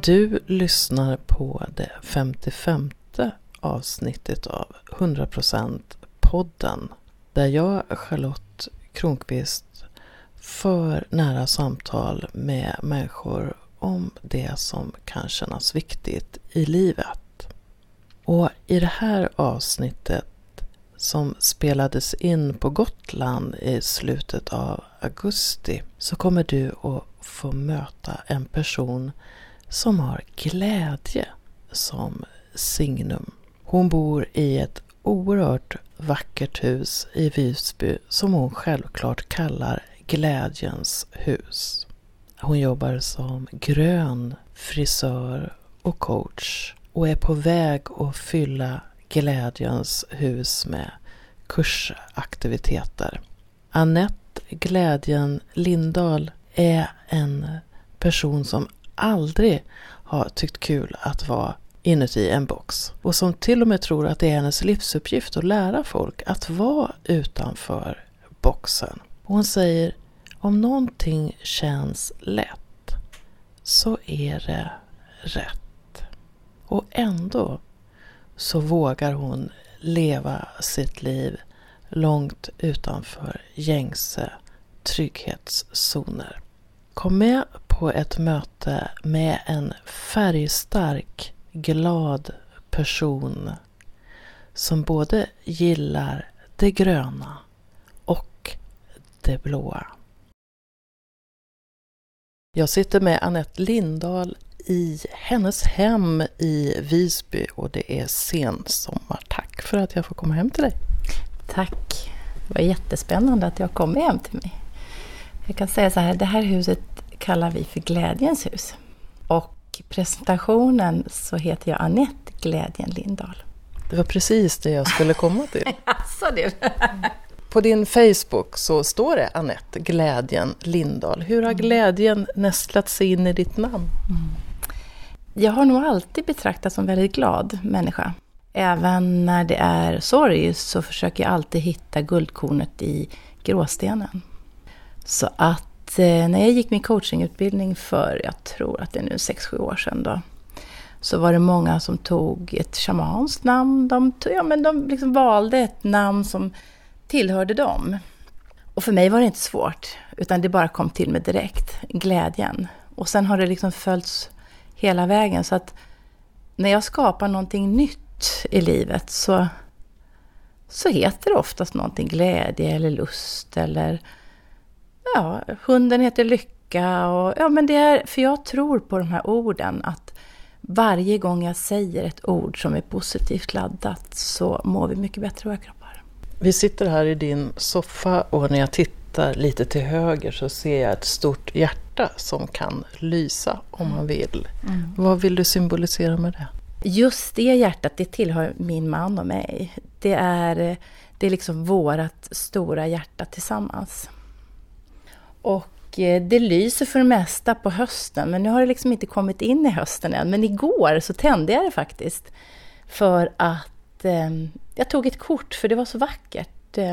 Du lyssnar på det 55:e avsnittet av 100% podden, där jag, Charlotte Kronqvist, för nära samtal med människor om det som kan kännas viktigt i livet. Och i det här avsnittet, som spelades in på Gotland i slutet av augusti, så kommer du att få möta en person som har glädje som signum. Hon bor i ett oerhört vackert hus i Visby som hon självklart kallar Glädjens hus. Hon jobbar som grön frisör och coach och är på väg att fylla Glädjens hus med kursaktiviteter. Anette Glädjen Lindahl är en person som aldrig har tyckt kul att vara inuti en box och som till och med tror att det är hennes livsuppgift att lära folk att vara utanför boxen. Hon säger, om någonting känns lätt så är det rätt. Och ändå så vågar hon leva sitt liv långt utanför gängse trygghetszoner. Kom med på ett möte med en färgstark, glad person som både gillar det gröna och det blåa. Jag sitter med Anette Lindahl i hennes hem i Visby och det är sensommar. Tack för att jag får komma hem till dig. Tack. Det var jättespännande att jag kom hem till mig. Jag kan säga så här, det här huset kallar vi för Glädjens hus. Och presentationen så heter jag Anette Glädjen Lindahl. Det var precis det jag skulle komma till. Alltså det. På din Facebook så står det Anette Glädjen Lindahl. Hur har glädjen nästlat sig in i ditt namn? Jag har nog alltid betraktats som väldigt glad människa. Även när det är sorg så försöker jag alltid hitta guldkornet i gråstenen. Så att när jag gick min coachingutbildning för, jag tror att det är nu 6-7 år sedan då, så var det många som tog ett shamanskt namn. De liksom valde ett namn som tillhörde dem. Och för mig var det inte svårt, utan det bara kom till mig direkt, glädjen. Och sen har det liksom följts hela vägen, så att när jag skapar någonting nytt i livet så heter det oftast någonting glädje eller lust eller hunden heter lycka och men det är, för jag tror på de här orden, att varje gång jag säger ett ord som är positivt laddat så mår vi mycket bättre i våra kroppar. Vi sitter här i din soffa och när jag tittar lite till höger så ser jag ett stort hjärta som kan lysa om man vill. Vad vill du symbolisera med det? Just det hjärtat, det tillhör min man och mig. Det är liksom vårat stora hjärta tillsammans. Och det lyser för det mesta på hösten, men nu har det liksom inte kommit in i hösten än. Men igår så tände jag det faktiskt för att jag tog ett kort, för det var så vackert.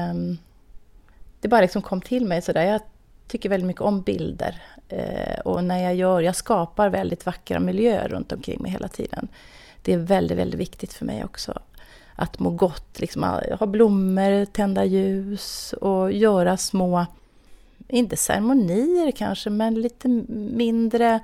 Det bara liksom kom till mig sådär. Jag tycker väldigt mycket om bilder. Och när jag skapar väldigt vackra miljöer runt omkring mig hela tiden. Det är väldigt, väldigt viktigt för mig också. Att må gott, liksom, ha blommor, tända ljus och göra små, inte ceremonier kanske, men lite mindre,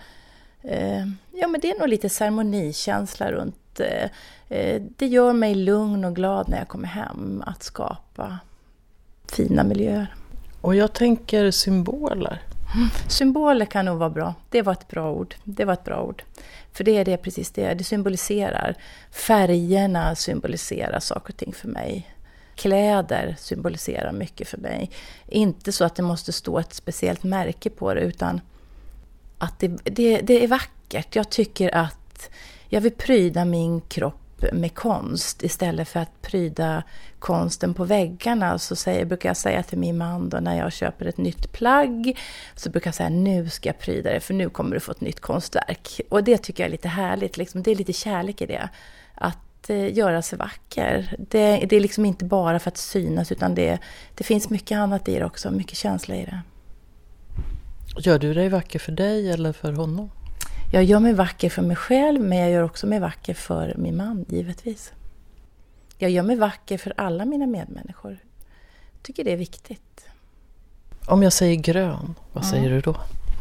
men det är nog lite ceremonikänsla runt. Det gör mig lugn och glad när jag kommer hem att skapa fina miljöer. Och jag tänker symboler. Symboler kan nog vara bra. Det var ett bra ord. För det är det precis det. Det symboliserar. Färgerna symboliserar saker och ting för mig. Kläder symboliserar mycket för mig. Inte så att det måste stå ett speciellt märke på det, utan att det är vackert. Jag tycker att jag vill pryda min kropp med konst istället för att pryda konsten på väggarna. Så brukar jag säga till min man då, när jag köper ett nytt plagg, så brukar jag säga, nu ska jag pryda det för nu kommer du få ett nytt konstverk. Och det tycker jag är lite härligt, liksom. Det är lite kärlek i det, att göra sig vacker. Det är liksom inte bara för att synas, utan det finns mycket annat i det också, mycket känsla i det. Gör du dig vacker för dig eller för honom? Jag gör mig vacker för mig själv, men jag gör också mig vacker för min man, givetvis. Jag gör mig vacker för alla mina medmänniskor. Jag tycker det är viktigt. Om jag säger grön, vad säger du då?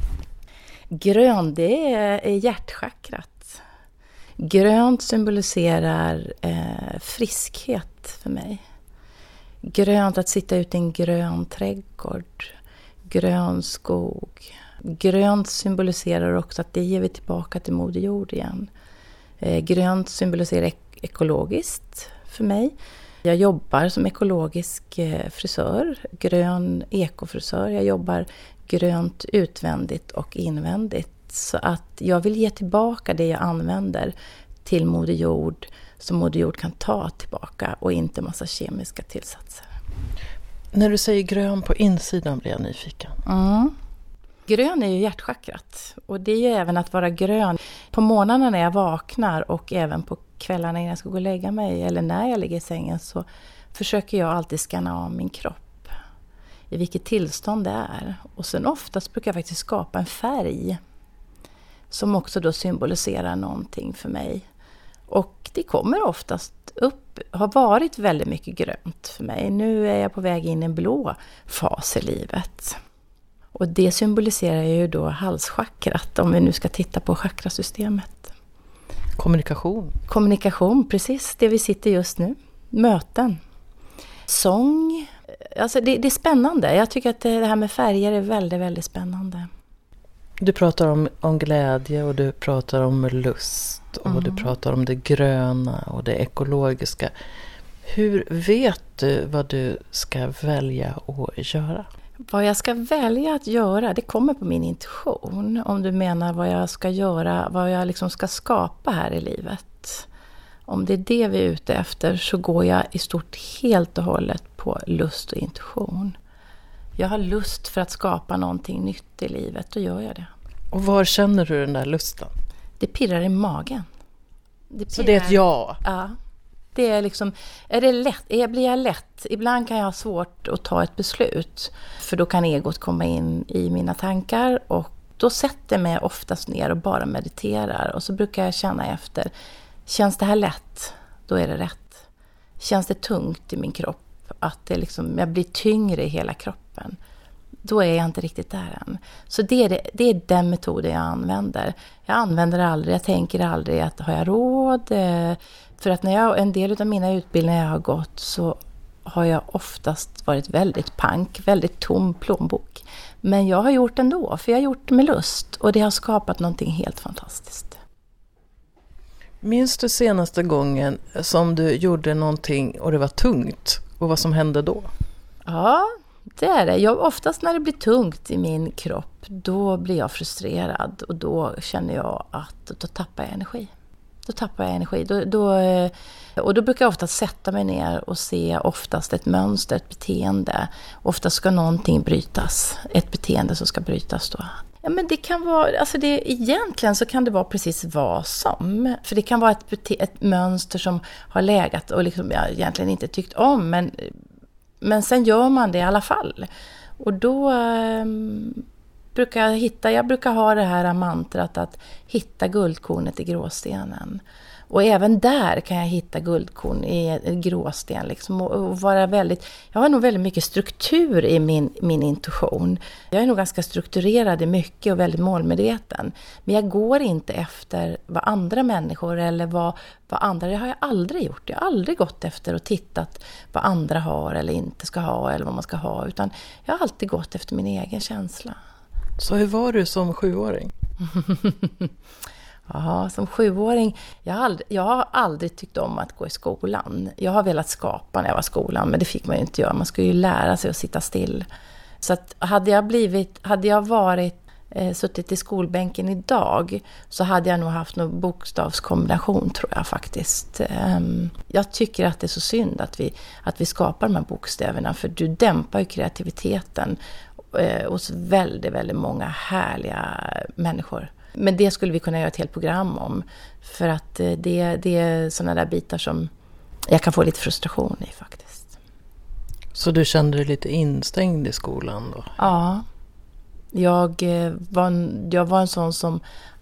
Grön, det är hjärtchakrat. Grönt symboliserar friskhet för mig. Grönt, att sitta ute i en grön trädgård. Grön skog. Grönt symboliserar också att det ger vi tillbaka till Moder Jord igen. Grönt symboliserar ekologiskt för mig. Jag jobbar som ekologisk frisör, grön ekofrisör. Jag jobbar grönt utvändigt och invändigt. Så att jag vill ge tillbaka det jag använder till Moder Jord, som Moder Jord kan ta tillbaka och inte massa kemiska tillsatser. När du säger grön på insidan blir jag nyfiken. Grön är ju hjärtchakrat, och det är ju även att vara grön. På morgnarna när jag vaknar och även på kvällarna innan jag ska gå och lägga mig eller när jag ligger i sängen, så försöker jag alltid scanna av min kropp i vilket tillstånd det är. Och sen oftast brukar jag faktiskt skapa en färg som också då symboliserar någonting för mig. Och det kommer oftast upp, har varit väldigt mycket grönt för mig. Nu är jag på väg in i en blå fas i livet. Och det symboliserar ju då halschakrat, om vi nu ska titta på chakrasystemet. Kommunikation, precis det vi sitter just nu. Möten. Sång. Alltså det är spännande. Jag tycker att det här med färger är väldigt, väldigt spännande. Du pratar om glädje och du pratar om lust och du pratar om det gröna och det ekologiska. Hur vet du vad du ska välja att göra? Vad jag ska välja att göra, det kommer på min intuition. Om du menar vad jag ska göra, vad jag liksom ska skapa här i livet. Om det är det vi är ute efter, så går jag i stort helt och hållet på lust och intuition. Jag har lust för att skapa någonting nytt i livet, då gör jag det. Och var känner du den där lusten? Det pirrar i magen. Så det är ett ja? Ja. Det är liksom, är det lätt? Blir jag lätt? Ibland kan jag ha svårt att ta ett beslut. För då kan egot komma in i mina tankar. Och då sätter jag mig oftast ner och bara mediterar. Och så brukar jag känna efter. Känns det här lätt? Då är det rätt. Känns det tungt i min kropp? Att det liksom, jag blir tyngre i hela kroppen. Då är jag inte riktigt där än. Så det är den metoden jag använder. Jag använder aldrig, jag tänker aldrig att har jag råd? För att när en del av mina utbildningar jag har gått, så har jag oftast varit väldigt pank, väldigt tom plånbok. Men jag har gjort ändå, för jag har gjort det med lust. Och det har skapat någonting helt fantastiskt. Minns du senaste gången som du gjorde någonting och det var tungt? Och vad som hände då? Ja, det är det. Oftast när det blir tungt i min kropp, då blir jag frustrerad. Och då känner jag att då tappar jag energi. Och då brukar jag ofta sätta mig ner och se oftast ett mönster, ett beteende. Oftast ska någonting brytas. Ett beteende som ska brytas då. Ja, men det kan vara, alltså egentligen så kan det vara precis vad som. För det kan vara ett mönster som har lägat och liksom jag egentligen inte tyckt om. Men sen gör man det i alla fall. Och då brukar jag brukar ha det här mantrat att hitta guldkornet i gråstenen. Och även där kan jag hitta guldkorn i en gråsten. Liksom, och vara jag har nog väldigt mycket struktur i min intuition. Jag är nog ganska strukturerad i mycket och väldigt målmedveten. Men jag går inte efter vad andra människor eller vad andra, det har jag aldrig gjort. Jag har aldrig gått efter och tittat vad andra har eller inte ska ha eller vad man ska ha. Utan jag har alltid gått efter min egen känsla. Så hur var du som 7-åring? Ja, som 7-åring, jag har aldrig tyckt om att gå i skolan. Jag har velat skapa när jag var i skolan, men det fick man ju inte göra. Man skulle ju lära sig att sitta still. Så att hade jag suttit i skolbänken idag, så hade jag nog haft någon bokstavskombination, tror jag faktiskt. Jag tycker att det är så synd att vi skapar de här bokstäverna, för du dämpar ju kreativiteten hos väldigt, väldigt många härliga människor. Men det skulle vi kunna göra ett helt program om. För att det är sådana där bitar som jag kan få lite frustration i faktiskt. Så du kände dig lite instängd i skolan då? Ja. Jag var en sån som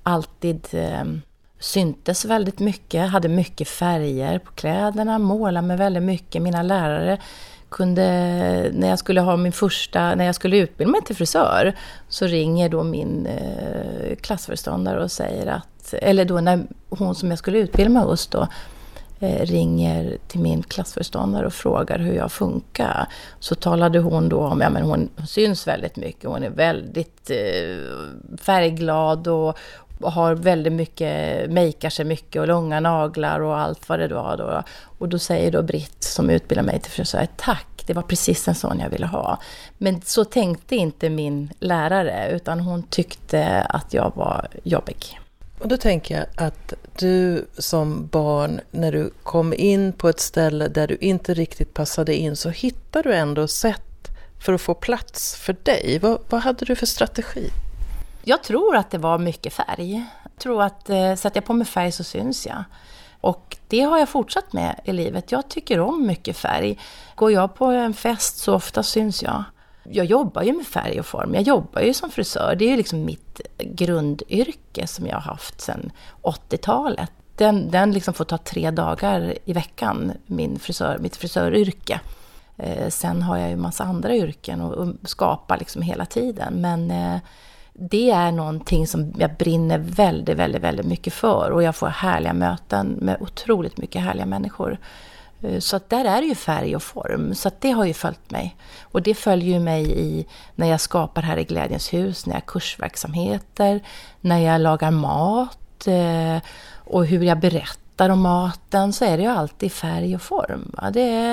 alltid syntes väldigt mycket, hade mycket färger på kläderna, målade med väldigt mycket. Mina lärare kunde, när jag skulle utbilda mig till frisör, så ringer då min klassföreståndare och säger att, eller då när hon som jag skulle utbilda mig hos då, ringer till min klassföreståndare och frågar hur jag funkar. Så talade hon då om, men hon syns väldigt mycket, hon är väldigt färgglad och har väldigt mycket, makear sig mycket och långa naglar och allt vad det var då. Och då säger då Britt som utbildar mig till frisör, tack, det var precis en sån jag ville ha. Men så tänkte inte min lärare, utan hon tyckte att jag var jobbig. Och då tänker jag att du som barn, när du kom in på ett ställe där du inte riktigt passade in, så hittar du ändå sätt för att få plats för dig. Vad hade du för strategi? Jag tror att det var mycket färg. Jag tror att sätter jag på mig färg så syns jag. Och det har jag fortsatt med i livet. Jag tycker om mycket färg. Går jag på en fest så ofta syns jag. Jag jobbar ju med färg och form. Jag jobbar ju som frisör. Det är ju liksom mitt grundyrke som jag har haft sedan 80-talet. Den liksom får ta 3 dagar i veckan, mitt frisöryrke. Sen har jag ju massa andra yrken och skapar liksom hela tiden. Men det är någonting som jag brinner väldigt, väldigt, väldigt mycket för. Och jag får härliga möten med otroligt mycket härliga människor. Så att där är det ju färg och form. Så att det har ju följt mig. Och det följer ju mig när jag skapar här i Glädjens hus, när jag har kursverksamheter, när jag lagar mat och hur jag berättar om maten, så är det ju alltid färg och form. Ja,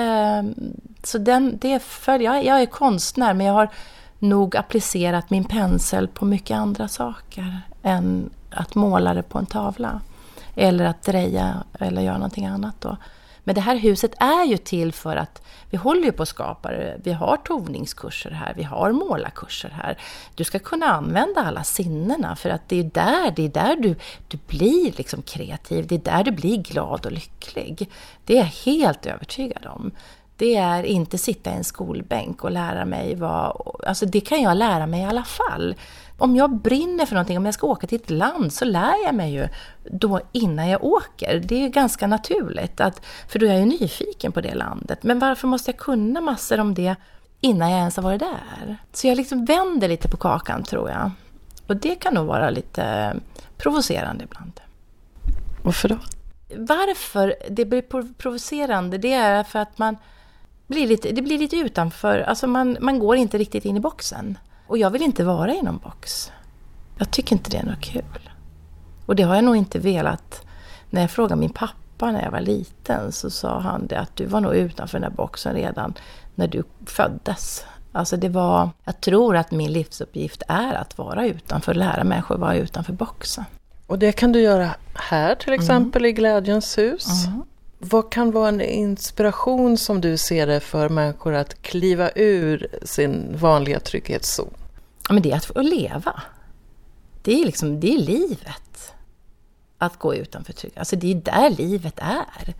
det följer. Jag är konstnär, men jag har nog applicerat min pensel på mycket andra saker än att måla det på en tavla eller att dreja eller göra någonting annat då. Men det här huset är ju till för att vi håller ju på att skapa det. Vi har tovningskurser här, vi har målarkurser här. Du ska kunna använda alla sinnena, för att det är där du blir liksom kreativ. Det är där du blir glad och lycklig. Det är jag helt övertygad om. Det är inte sitta i en skolbänk och lära mig alltså det kan jag lära mig i alla fall. Om jag brinner för någonting, om jag ska åka till ett land, så lär jag mig ju då innan jag åker. Det är ganska naturligt, för då är jag ju nyfiken på det landet. Men varför måste jag kunna massor om det innan jag ens har varit där? Så jag liksom vänder lite på kakan, tror jag. Och det kan nog vara lite provocerande ibland. Varför då? Varför det blir provocerande, det är för att det blir lite utanför. Alltså man går inte riktigt in i boxen. Och jag vill inte vara i någon box. Jag tycker inte det är något kul. Och det har jag nog inte velat. När jag frågade min pappa när jag var liten, så sa han det, att du var nog utanför den här boxen redan när du föddes. Alltså jag tror att min livsuppgift är att vara utanför, lära människor vara utanför boxen. Och det kan du göra här till exempel i Glädjens hus. Vad kan vara en inspiration som du ser det för människor att kliva ur sin vanliga trygghetszon? Ja, men det är att få leva. Det är livet. Att gå utanför trygghet. Alltså det är där livet är.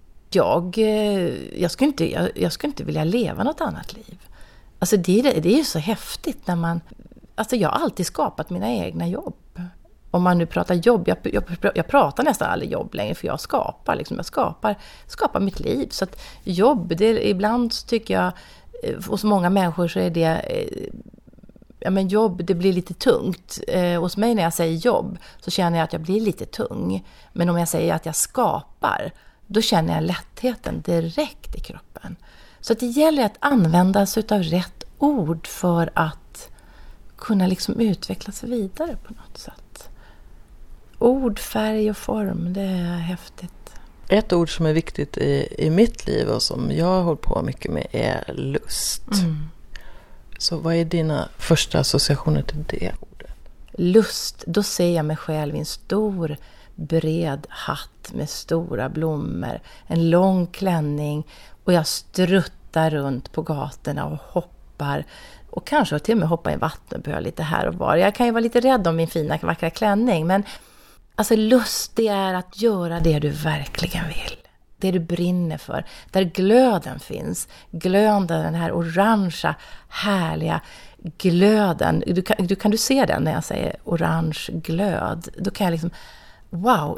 Jag skulle inte vilja leva något annat liv. Alltså det är ju så häftigt när alltså jag har alltid skapat mina egna jobb. Om man nu pratar jobb, jag pratar nästan aldrig jobb längre, för jag skapar. Jag skapar mitt liv. Så att jobb, ibland tycker jag, hos många människor så är det, jobb, det blir lite tungt. Hos mig när jag säger jobb så känner jag att jag blir lite tung. Men om jag säger att jag skapar, då känner jag lättheten direkt i kroppen. Så att det gäller att använda sig av rätt ord för att kunna liksom utvecklas vidare på något sätt. Ord, färg och form, det är häftigt. Ett ord som är viktigt i mitt liv och som jag har hållit på mycket med är lust. Så vad är dina första associationer till det ordet? Lust, då ser jag mig själv i en stor bred hatt med stora blommor, en lång klänning, och jag struttar runt på gatorna och hoppar. Och kanske till och med hoppa i vattenpöl lite här och var. Jag kan ju vara lite rädd om min fina vackra klänning, men alltså lust, det är att göra det du verkligen vill. Det du brinner för. Där glöden finns. Glöden, den här orangea, härliga, glöden, kan du se den när jag säger orange glöd? Då kan jag liksom, wow,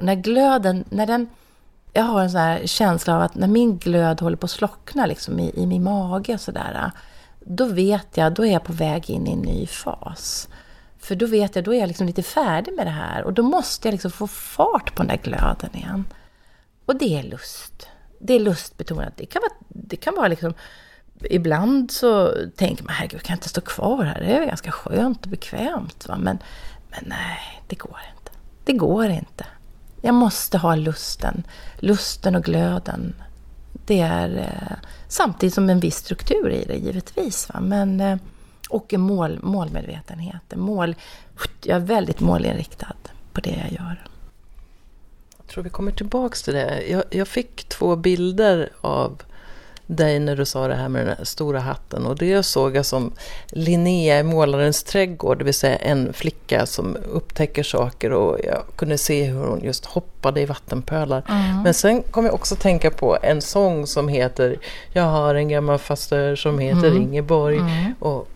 jag har en sån här känsla av att när min glöd håller på att slockna liksom i min mage och sådär, då vet jag, då är jag på väg in i en ny fas. För då vet jag, då är jag liksom lite färdig med det här. Och då måste jag liksom få fart på den där glöden igen. Och det är lust. Det är lustbetonat. Det kan vara liksom, ibland så tänker man, herregud, kan jag inte stå kvar här? Det är ganska skönt och bekvämt. Va? Men nej, det går inte. Det går inte. Jag måste ha lusten och glöden. Det är samtidigt som en viss struktur i det, givetvis. Va? Men, och en målmedvetenhet. Jag är väldigt målinriktad på det jag gör. Jag tror vi kommer tillbaka till det. Jag fick 2 bilder av dig när du sa det här med den här stora hatten. Och det jag såg som Linnea i Målarens trädgård, det vill säga en flicka som upptäcker saker, och jag kunde se hur hon just hoppade i vattenpölar. Men sen kom jag också tänka på en sång som heter Jag har en gammal faster som heter Ingeborg, och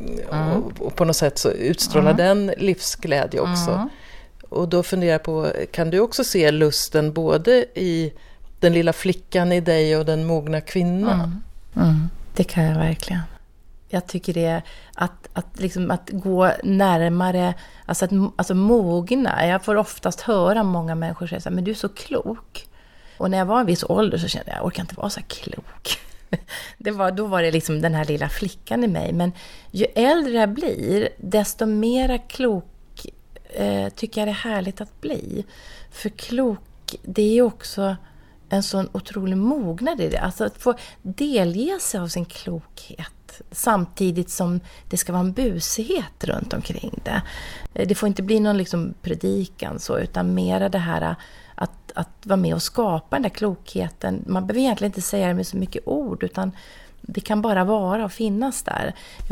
på något sätt så utstrålar den livsglädje också. Och då funderar jag på, kan du också se lusten både i den lilla flickan i dig och den mogna kvinnan? Det kan jag verkligen. Jag tycker det är att gå närmare, alltså mogna. Jag får oftast höra många människor säga så här, men du är så klok. Och när jag var en viss ålder så kände jag orkar inte vara så klok. Då var det liksom den här lilla flickan i mig. Men ju äldre jag blir, desto mera klok tycker jag det är härligt att bli. För klok, det är ju också en sån otrolig mognad i det. Alltså att få delge sig av sin klokhet samtidigt som det ska vara en busighet runt omkring det. Det får inte bli någon liksom predikan så, utan mera det här att vara med och skapa den där klokheten. Man behöver egentligen inte säga det med så mycket ord, utan det kan bara vara och finnas där.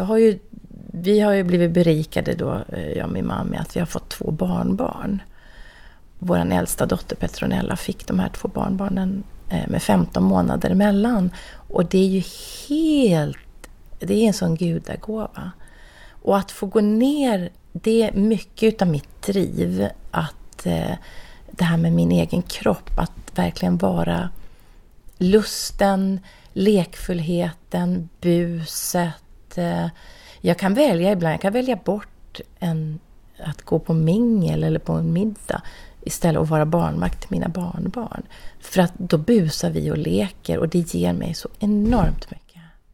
Vi har ju blivit berikade då, jag och min mamma, med att vi har fått 2 barnbarn. Vår äldsta dotter Petronella fick de här 2 barnbarnen med 15 månader emellan. Och det är ju det är en sån gudagåva. Och att få gå ner, det är mycket av mitt driv, att det här med min egen kropp, att verkligen vara lusten, lekfullheten, buset. Jag kan välja bort att gå på mingel eller på en middag istället att vara barnvakt till mina barnbarn. För att då busar vi och leker, och det ger mig så enormt mycket.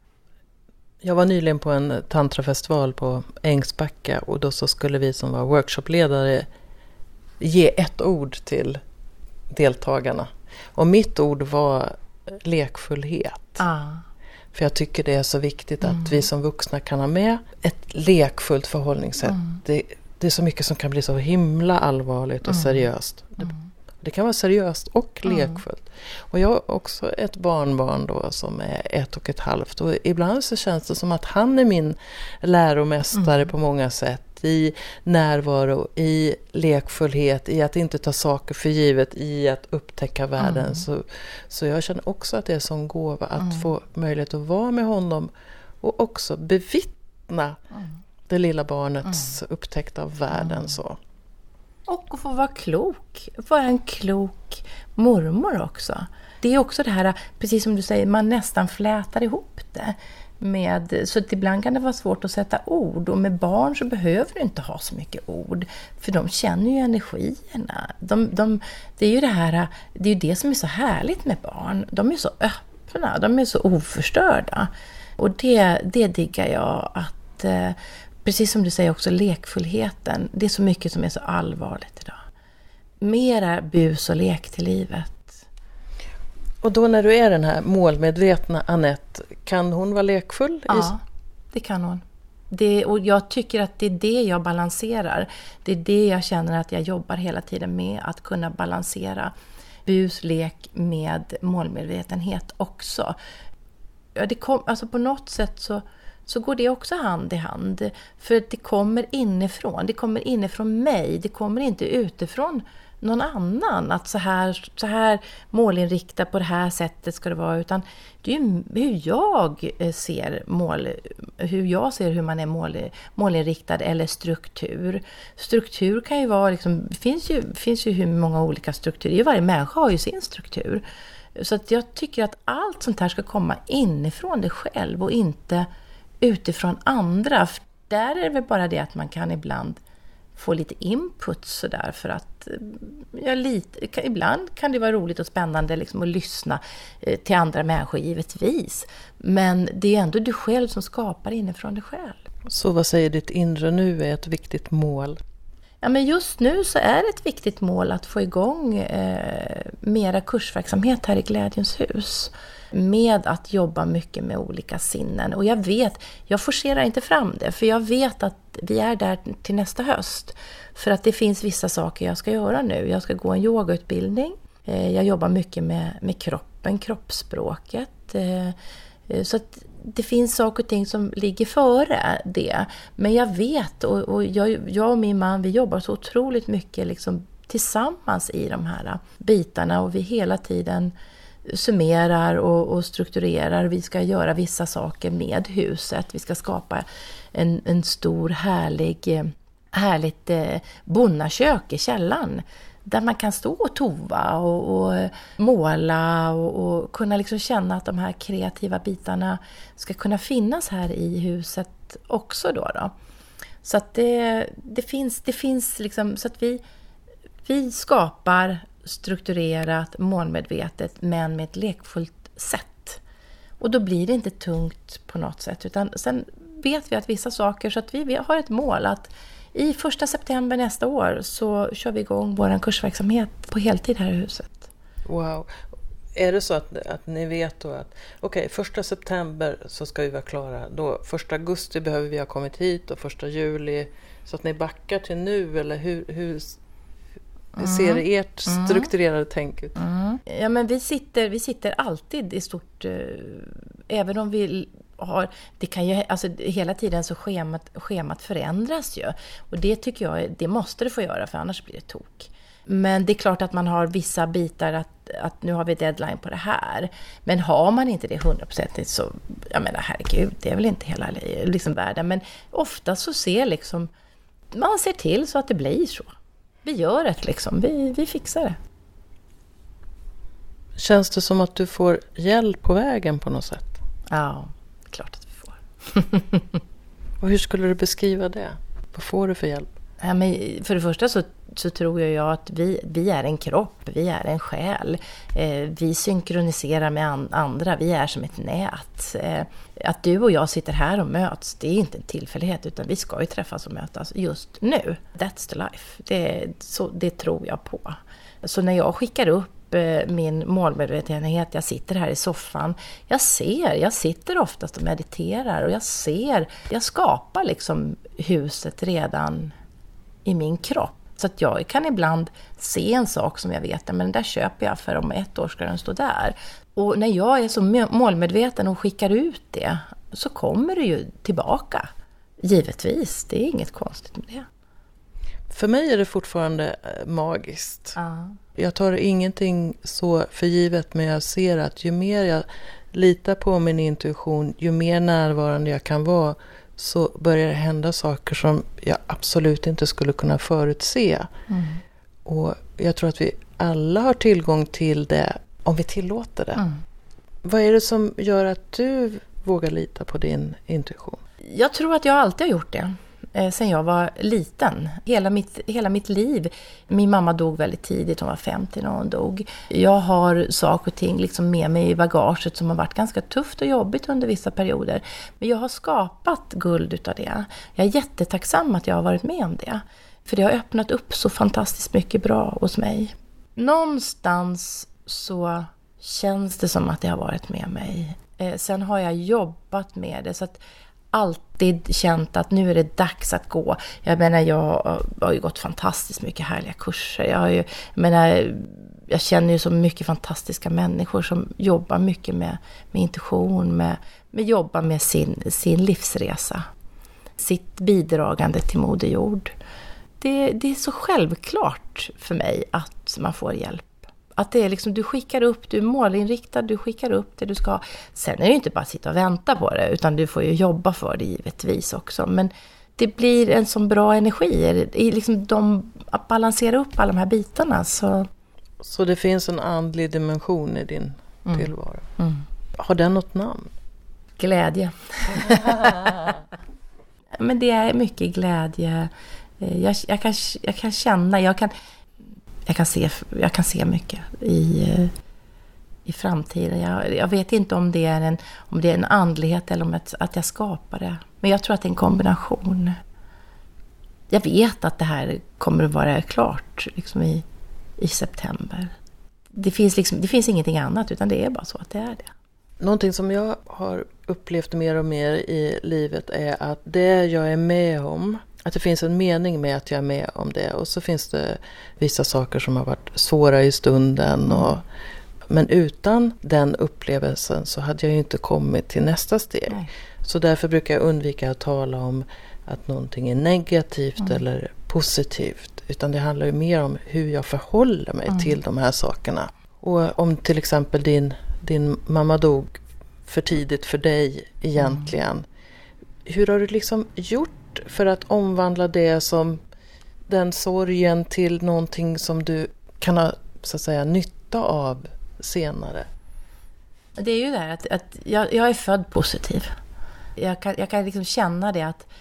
Jag var nyligen på en tantrafestival på Ängsbacka, och då så skulle vi som var workshopledare ge ett ord till deltagarna. Och mitt ord var lekfullhet. För jag tycker det är så viktigt att vi som vuxna kan ha med ett lekfullt förhållningssätt. Det är så mycket som kan bli så himla allvarligt och seriöst. Det kan vara seriöst och lekfullt. Och jag har också ett barnbarn då som är 1,5. Och ibland så känns det som att han är min läromästare på många sätt. I närvaro, i lekfullhet, i att inte ta saker för givet, i att upptäcka världen. Så jag känner också att det är som gåva att få möjlighet att vara med honom och också bevittna det lilla barnets upptäckt av världen. Så. Och att få vara klok. Vara en klok mormor också. Det är också det här, precis som du säger, man nästan flätar ihop det. Så att ibland kan det vara svårt att sätta ord. Och med barn så behöver du inte ha så mycket ord. För de känner ju energierna. Det är ju det här, det är ju det som är så härligt med barn. De är så öppna, de är så oförstörda. Och det diggar jag att... Precis som du säger också, lekfullheten. Det är så mycket som är så allvarligt idag. Mera bus och lek till livet. Och då när du är den här målmedvetna Anette, kan hon vara lekfull? Ja, det kan hon. Och jag tycker att det är det jag balanserar. Det är det jag känner att jag jobbar hela tiden med. Att kunna balansera bus, lek med målmedvetenhet också. Ja, alltså på något sätt så går det också hand i hand. För det kommer inifrån. Det kommer inifrån mig. Det kommer inte utifrån någon annan. Att så här målinriktat på det här sättet ska det vara. Utan det är ju hur jag ser hur man är målinriktad eller struktur. Struktur kan ju vara, liksom, finns ju hur många olika strukturer. Varje människa har ju sin struktur. Så att jag tycker att allt sånt här ska komma inifrån dig själv och inte utifrån andra. För där är det väl bara det att man kan ibland få lite input sådär, för att ibland kan det vara roligt och spännande liksom att lyssna till andra människor givetvis. Men det är ändå du själv som skapar inifrån dig själv. Så vad säger ditt inre nu är ett viktigt mål? Ja, men just nu så är det ett viktigt mål att få igång mera kursverksamhet här i Glädjens hus. Med att jobba mycket med olika sinnen. Och jag forcerar inte fram det. För jag vet att vi är där till nästa höst. För att det finns vissa saker jag ska göra nu. Jag ska gå en yogautbildning. Jag jobbar mycket med kroppen, kroppsspråket. Så att det finns saker och ting som ligger före det. Men jag vet, och jag och min man, vi jobbar så otroligt mycket liksom tillsammans i de här bitarna. Och vi hela tiden summerar och strukturerar. Vi ska göra vissa saker med huset. Vi ska skapa en stor härligt bonnakök i källaren. Där man kan stå och tova och måla och kunna liksom känna att de här kreativa bitarna ska kunna finnas här i huset också då. Så att det finns liksom, så att vi skapar strukturerat, målmedvetet, men med ett lekfullt sätt. Och då blir det inte tungt på något sätt, utan sen vet vi att vissa saker, så att vi har ett mål att i 1 september nästa år så kör vi igång vår kursverksamhet på heltid här i huset. Wow. Är det så att ni vet då att 1 september så ska vi vara klara, då 1 augusti behöver vi ha kommit hit och 1 juli, så att ni backar till nu, eller hur ser ert strukturerade tänk ut? Ja, men vi sitter alltid i stort, även om vi har, det kan ju, alltså hela tiden så schemat förändras ju, och det tycker jag, det måste det få göra, för annars blir det tok. Men det är klart att man har vissa bitar att nu har vi deadline på det här, men har man inte det 100% så, jag menar herregud, det är väl inte hela liksom världen, men ofta så man ser till så att det blir så. Vi gör det liksom, vi fixar det. Känns det som att du får hjälp på vägen på något sätt? Ja, klart att vi får. Och hur skulle du beskriva det? Vad får du för hjälp? Ja, men för det första så tror jag att vi är en kropp, vi är en själ. Vi synkroniserar med andra, vi är som ett nät. Att du och jag sitter här och möts, det är inte en tillfällighet, utan vi ska ju träffas och mötas just nu. That's the life. Det tror jag på. Så när jag skickar upp min målmedvetenhet, jag sitter här i soffan, jag sitter oftast och mediterar, och jag skapar liksom huset redan i min kropp. Så att jag kan ibland se en sak som jag vet, men den där köper jag, för om 1 år ska den stå där. Och när jag är så målmedveten och skickar ut det, så kommer det ju tillbaka. Givetvis, det är inget konstigt med det. För mig är det fortfarande magiskt. Jag tar ingenting så för givet, men jag ser att ju mer jag litar på min intuition, ju mer närvarande jag kan vara, så börjar det hända saker som jag absolut inte skulle kunna förutse. Och jag tror att vi alla har tillgång till det om vi tillåter det. Vad är det som gör att du vågar lita på din intuition? Jag tror att jag alltid har gjort det. Sen jag var liten. Hela mitt liv. Min mamma dog väldigt tidigt, hon var 50 när hon dog. Jag har saker och ting liksom med mig i bagaget som har varit ganska tufft och jobbigt under vissa perioder. Men jag har skapat guld utav det. Jag är jättetacksam att jag har varit med om det. För det har öppnat upp så fantastiskt mycket bra hos mig. Någonstans så känns det som att det har varit med mig. Sen har jag jobbat med det, så att alltid känt att nu är det dags att gå. Jag menar, jag har ju gått fantastiskt mycket härliga kurser. Jag känner ju så mycket fantastiska människor som jobbar mycket med intuition, med jobbar med sin livsresa. Sitt bidragande till Moder Jord. det är så självklart för mig att man får hjälp. Att det är liksom, du skickar upp, du är målinriktad, du skickar upp det du ska. Sen är det ju inte bara att sitta och vänta på det, utan du får ju jobba för det givetvis också. Men det blir en sån bra energi i liksom att balansera upp alla de här bitarna. Så det finns en andlig dimension i din tillvaro. Har den något namn? Glädje. Men det är mycket glädje. Jag kan känna, jag kan se mycket i framtiden. Jag vet inte om det är en andlighet eller om att jag skapar det. Men jag tror att det är en kombination. Jag vet att det här kommer att vara klart liksom i september. Det finns ingenting annat, utan det är bara så att det är det. Någonting som jag har upplevt mer och mer i livet är att det jag är med om, att det finns en mening med att jag är med om det. Och så finns det vissa saker som har varit svåra i stunden. Men utan den upplevelsen så hade jag ju inte kommit till nästa steg. Nej. Så därför brukar jag undvika att tala om att någonting är negativt eller positivt. Utan det handlar ju mer om hur jag förhåller mig till de här sakerna. Och om till exempel din mamma dog för tidigt för dig egentligen. Hur har du liksom gjort för att omvandla det som den sorgen till någonting som du kan ha så att säga nytta av senare? Det är ju det att jag är född positiv. Jag kan liksom känna det att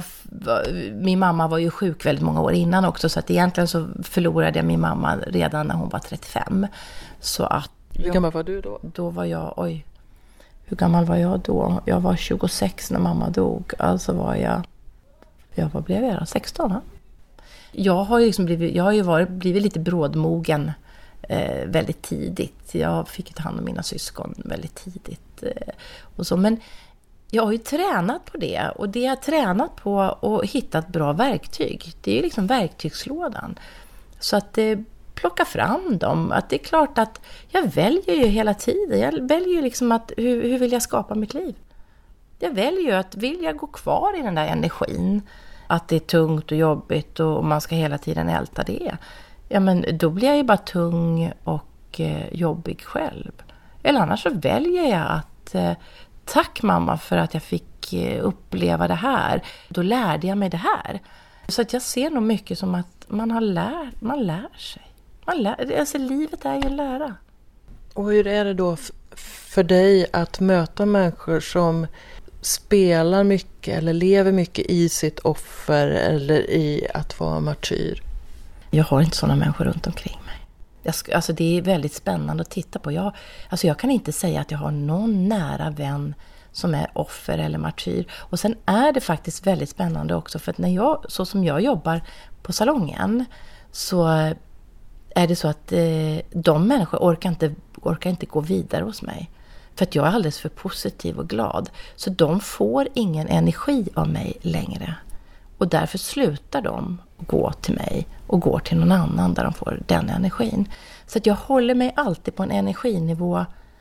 min mamma var ju sjuk väldigt många år innan också, så att egentligen så förlorade jag min mamma redan när hon var 35. Så att hur gammal var du då? Då var jag, hur gammal var jag då? Jag var 26 när mamma dog. Alltså var jag vad blev jag då? 16, va? Jag har ju blivit lite brådmogen väldigt tidigt. Jag fick ta hand om mina syskon väldigt tidigt. Och så. Men jag har ju tränat på det. Och det jag har tränat på och hittat bra verktyg. Det är ju liksom verktygslådan. Så att plocka fram dem. Att det är klart att jag väljer ju hela tiden. Jag väljer ju liksom att hur vill jag skapa mitt liv? Jag väljer ju att vill jag gå kvar i den där energin. Att det är tungt och jobbigt och man ska hela tiden älta det. Ja, men då blir jag ju bara tung och jobbig själv. Eller annars så väljer jag att tack mamma för att jag fick uppleva det här. Då lärde jag mig det här. Så att jag ser nog mycket som att man lär sig. Alltså livet är ju att lära. Och hur är det då för dig att möta människor som spelar mycket eller lever mycket i sitt offer eller i att vara martyr? Jag har inte sådana människor runt omkring mig. Alltså det är väldigt spännande att titta på. Jag kan inte säga att jag har någon nära vän som är offer eller martyr. Och sen är det faktiskt väldigt spännande också, för att så som jag jobbar på salongen så är det så att de människor orkar inte gå vidare hos mig. För att jag är alldeles för positiv och glad. Så de får ingen energi av mig längre. Och därför slutar de gå till mig och går till någon annan där de får den energin. Så att jag håller mig alltid på en energinivå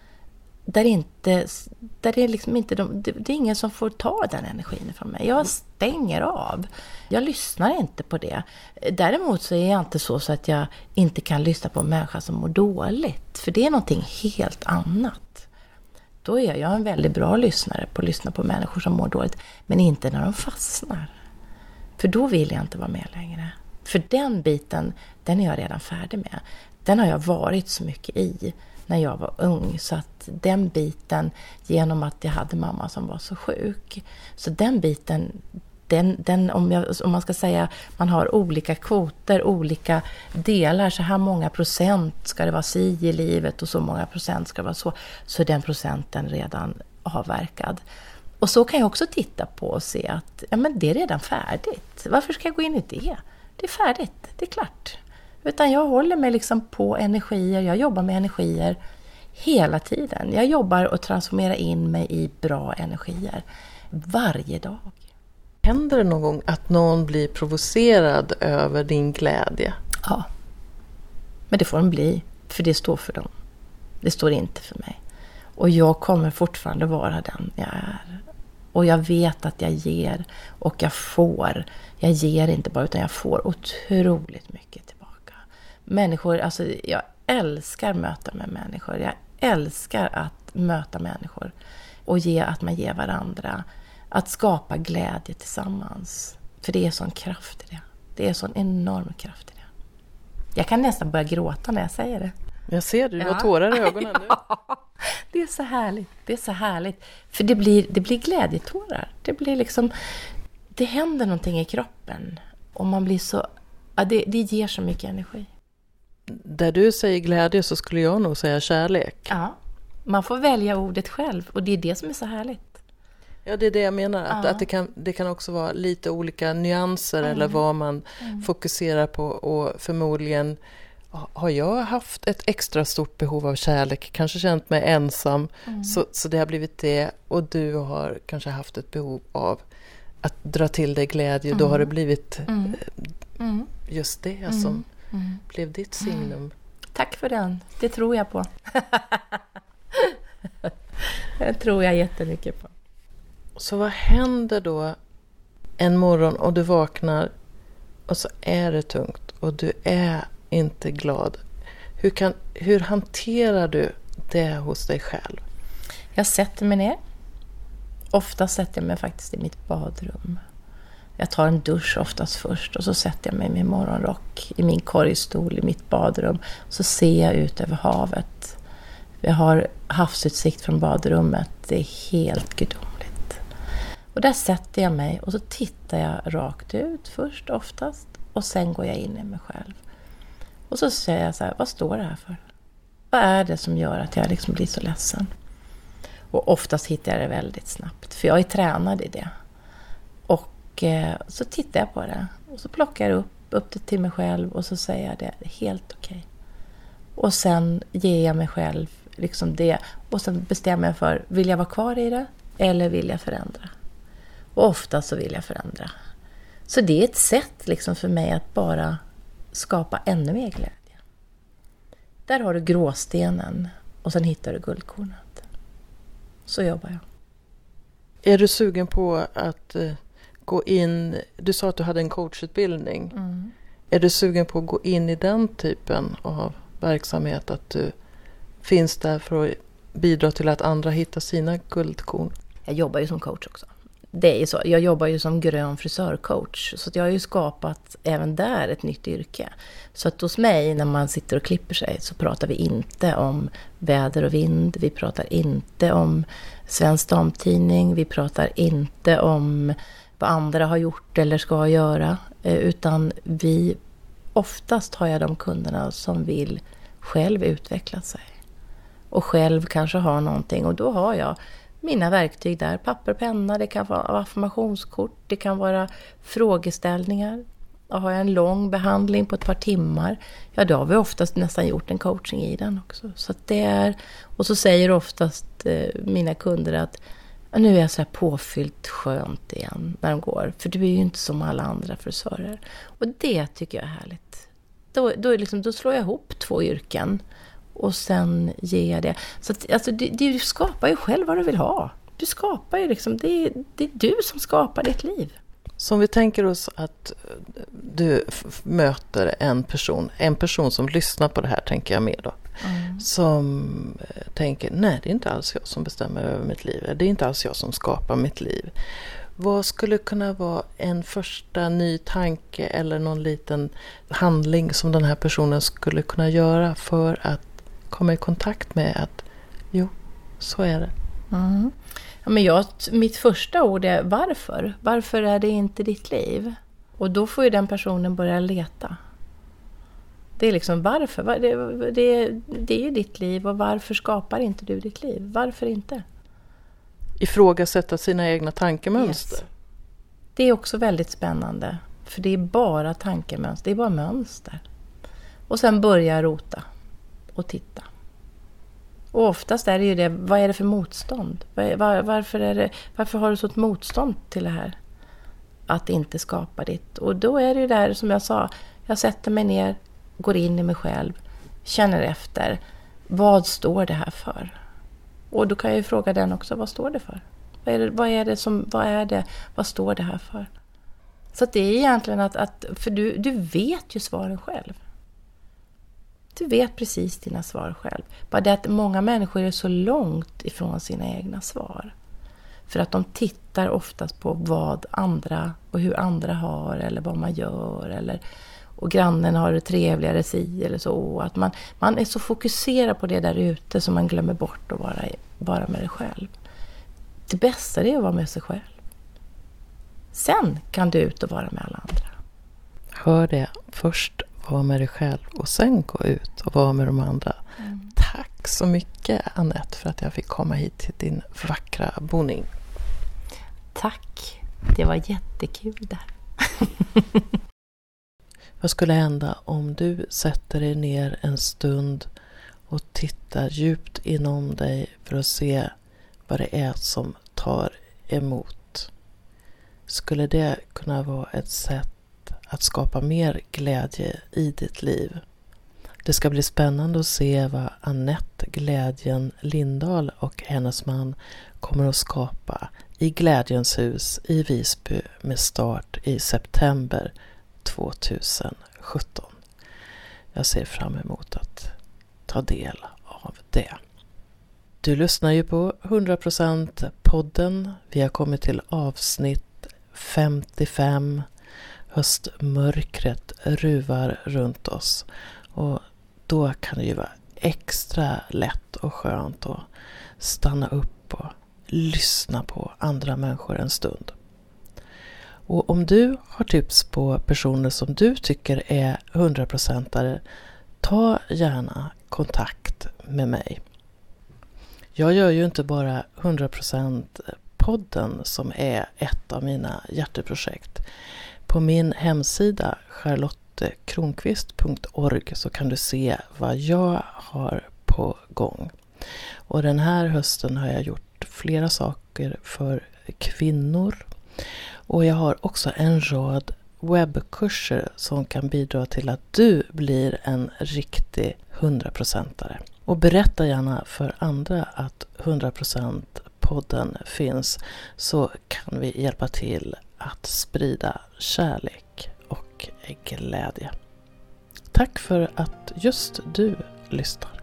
där det är liksom inte det är ingen som får ta den energin från mig. Jag stänger av. Jag lyssnar inte på det. Däremot så är jag inte så att jag inte kan lyssna på en människa som mår dåligt. För det är någonting helt annat. Då är jag en väldigt bra lyssnare på att lyssna på människor som mår dåligt. Men inte när de fastnar. För då vill jag inte vara med längre. För den biten, den är jag redan färdig med. Den har jag varit så mycket i när jag var ung. Så att den biten, genom att jag hade mamma som var så sjuk. Så den biten, om man ska säga, man har olika kvoter, olika delar. Så här många procent ska det vara i livet och så många procent ska det vara så. Så är den procenten redan avverkad. Och så kan jag också titta på och se att men det är redan färdigt. Varför ska jag gå in i det? Det är färdigt, det är klart. Utan jag håller mig liksom på energier, jag jobbar med energier hela tiden. Jag jobbar och transformerar in mig i bra energier varje dag. Händer det någon gång att någon blir provocerad över din glädje? Ja, men det får de bli, för det står för dem. Det står inte för mig. Och jag kommer fortfarande vara den jag är. Och jag vet att jag ger och jag får. Jag ger inte bara utan jag får otroligt mycket tillbaka. Människor, alltså jag älskar möta med människor. Jag älskar att möta människor. Och att man ger varandra. Att skapa glädje tillsammans. För det är sån kraft i det. Det är sån enorm kraft i det. Jag kan nästan börja gråta när jag säger det. Jag ser det, du har tårar i ögonen nu. Ja, det är så härligt. Det är så härligt. För det blir glädjetårar. Det blir liksom... Det händer någonting i kroppen. Och man blir så... Ja, det ger så mycket energi. Där du säger glädje så skulle jag nog säga kärlek. Ja, man får välja ordet själv. Och det är det som är så härligt. Ja, det är det jag menar. Att det kan också vara lite olika nyanser eller vad man fokuserar på. Och förmodligen har jag haft ett extra stort behov av kärlek. Kanske känt mig ensam. Så det har blivit det. Och du har kanske haft ett behov av att dra till dig glädje. Då har det blivit just det som blev ditt signum. Tack för den. Det tror jag på. Det tror jag jättemycket på. Så vad händer då en morgon och du vaknar och så är det tungt och du är inte glad? Hur hanterar du det hos dig själv? Jag sätter mig ner. Ofta sätter jag mig faktiskt i mitt badrum. Jag tar en dusch oftast först och så sätter jag mig i min morgonrock i min korgstol i mitt badrum. Så ser jag ut över havet. Vi har havsutsikt från badrummet. Det är helt gudomligt. Och där sätter jag mig och så tittar jag rakt ut först oftast. Och sen går jag in i mig själv. Och så säger jag så här, vad står det här för? Vad är det som gör att jag liksom blir så ledsen? Och oftast hittar jag det väldigt snabbt. För jag är tränad i det. Och så tittar jag på det. Och så plockar jag upp det till mig själv. Och så säger jag det är helt okej. Och sen ger jag mig själv liksom det. Och sen bestämmer jag för, vill jag vara kvar i det? Eller vill jag förändra? Och ofta så vill jag förändra. Så det är ett sätt liksom för mig att bara skapa ännu mer glädje. Där har du gråstenen. Och sen hittar du guldkornet. Så jobbar jag. Är du sugen på att gå in... Du sa att du hade en coachutbildning. Är du sugen på att gå in i den typen av verksamhet? Att du finns där för att bidra till att andra hittar sina guldkorn? Jag jobbar ju som coach också. Det är så. Jag jobbar ju som grön frisörcoach. Så att jag har ju skapat även där ett nytt yrke. Så att hos mig när man sitter och klipper sig så pratar vi inte om väder och vind. Vi pratar inte om Svensk Damtidning. Vi pratar inte om vad andra har gjort eller ska göra. Utan oftast har jag de kunderna som vill själv utveckla sig. Och själv kanske ha någonting. Och då har jag mina verktyg där, papper, penna, det kan vara affirmationskort, det kan vara frågeställningar. Och har jag en lång behandling på ett par timmar, ja då har vi oftast nästan gjort en coaching i den också. Så att det är, och så säger oftast mina kunder att nu är jag så här påfyllt skönt igen när de går. För du är ju inte som alla andra frisörer. Och det tycker jag är härligt. Då slår jag ihop 2 yrken. Och sen ger jag det. Så att, alltså, du skapar ju själv vad du vill ha. Du skapar ju liksom, det är du som skapar ditt liv. Så om vi tänker oss att du möter en person som lyssnar på det här, tänker jag med då. Som tänker, nej det är inte alls jag som bestämmer över mitt liv. Det är inte alls jag som skapar mitt liv. Vad skulle kunna vara en första ny tanke eller någon liten handling som den här personen skulle kunna göra för att komma i kontakt med att jo, så är det. Ja, men mitt första ord är varför? Varför är det inte ditt liv? Och då får ju den personen börja leta. Det är liksom varför? Det är ju ditt liv och varför skapar inte du ditt liv? Varför inte? Ifrågasätta sina egna tankemönster. Yes. Det är också väldigt spännande. För det är bara tankemönster, det är bara mönster. Och sen börja rota och titta. Och oftast är det ju det, vad är det för motstånd? Varför har du sånt motstånd till det här? Att inte skapa ditt. Och då är det ju där som jag sa, jag sätter mig ner, går in i mig själv, känner efter. Vad står det här för? Och då kan jag ju fråga den också, vad står det för? Vad står det här för? Så att det är egentligen för du vet ju svaren själv. Du vet precis dina svar själv. Bara det att många människor är så långt ifrån sina egna svar. För att de tittar oftast på vad andra och hur andra har eller vad man gör. Och grannen har det trevligare eller så. Att man är så fokuserad på det där ute så man glömmer bort att vara med dig själv. Det bästa är att vara med sig själv. Sen kan du ut och vara med alla andra. Hör det. Först vara med dig själv och sen gå ut och vara med de andra. Tack så mycket Anette för att jag fick komma hit till din vackra boning. Tack. Det var jättekul där. Vad skulle hända om du sätter dig ner en stund och tittar djupt inom dig för att se vad det är som tar emot? Skulle det kunna vara ett sätt att skapa mer glädje i ditt liv? Det ska bli spännande att se vad Anette Glädjen Lindahl och hennes man kommer att skapa i Glädjens hus i Visby med start i september 2017. Jag ser fram emot att ta del av det. Du lyssnar ju på 100% podden. Vi har kommit till avsnitt 55. Höstmörkret ruvar runt oss och då kan det ju vara extra lätt och skönt att stanna upp och lyssna på andra människor en stund. Och om du har tips på personer som du tycker är 100%are, ta gärna kontakt med mig. Jag gör ju inte bara 100% podden som är ett av mina hjärteprojekt. På min hemsida charlottekronqvist.org så kan du se vad jag har på gång. Och den här hösten har jag gjort flera saker för kvinnor. Och jag har också en rad webbkurser som kan bidra till att du blir en riktig 100%are. Och berätta gärna för andra att 100% podden finns så kan vi hjälpa till att sprida kärlek och glädje. Tack för att just du lyssnar.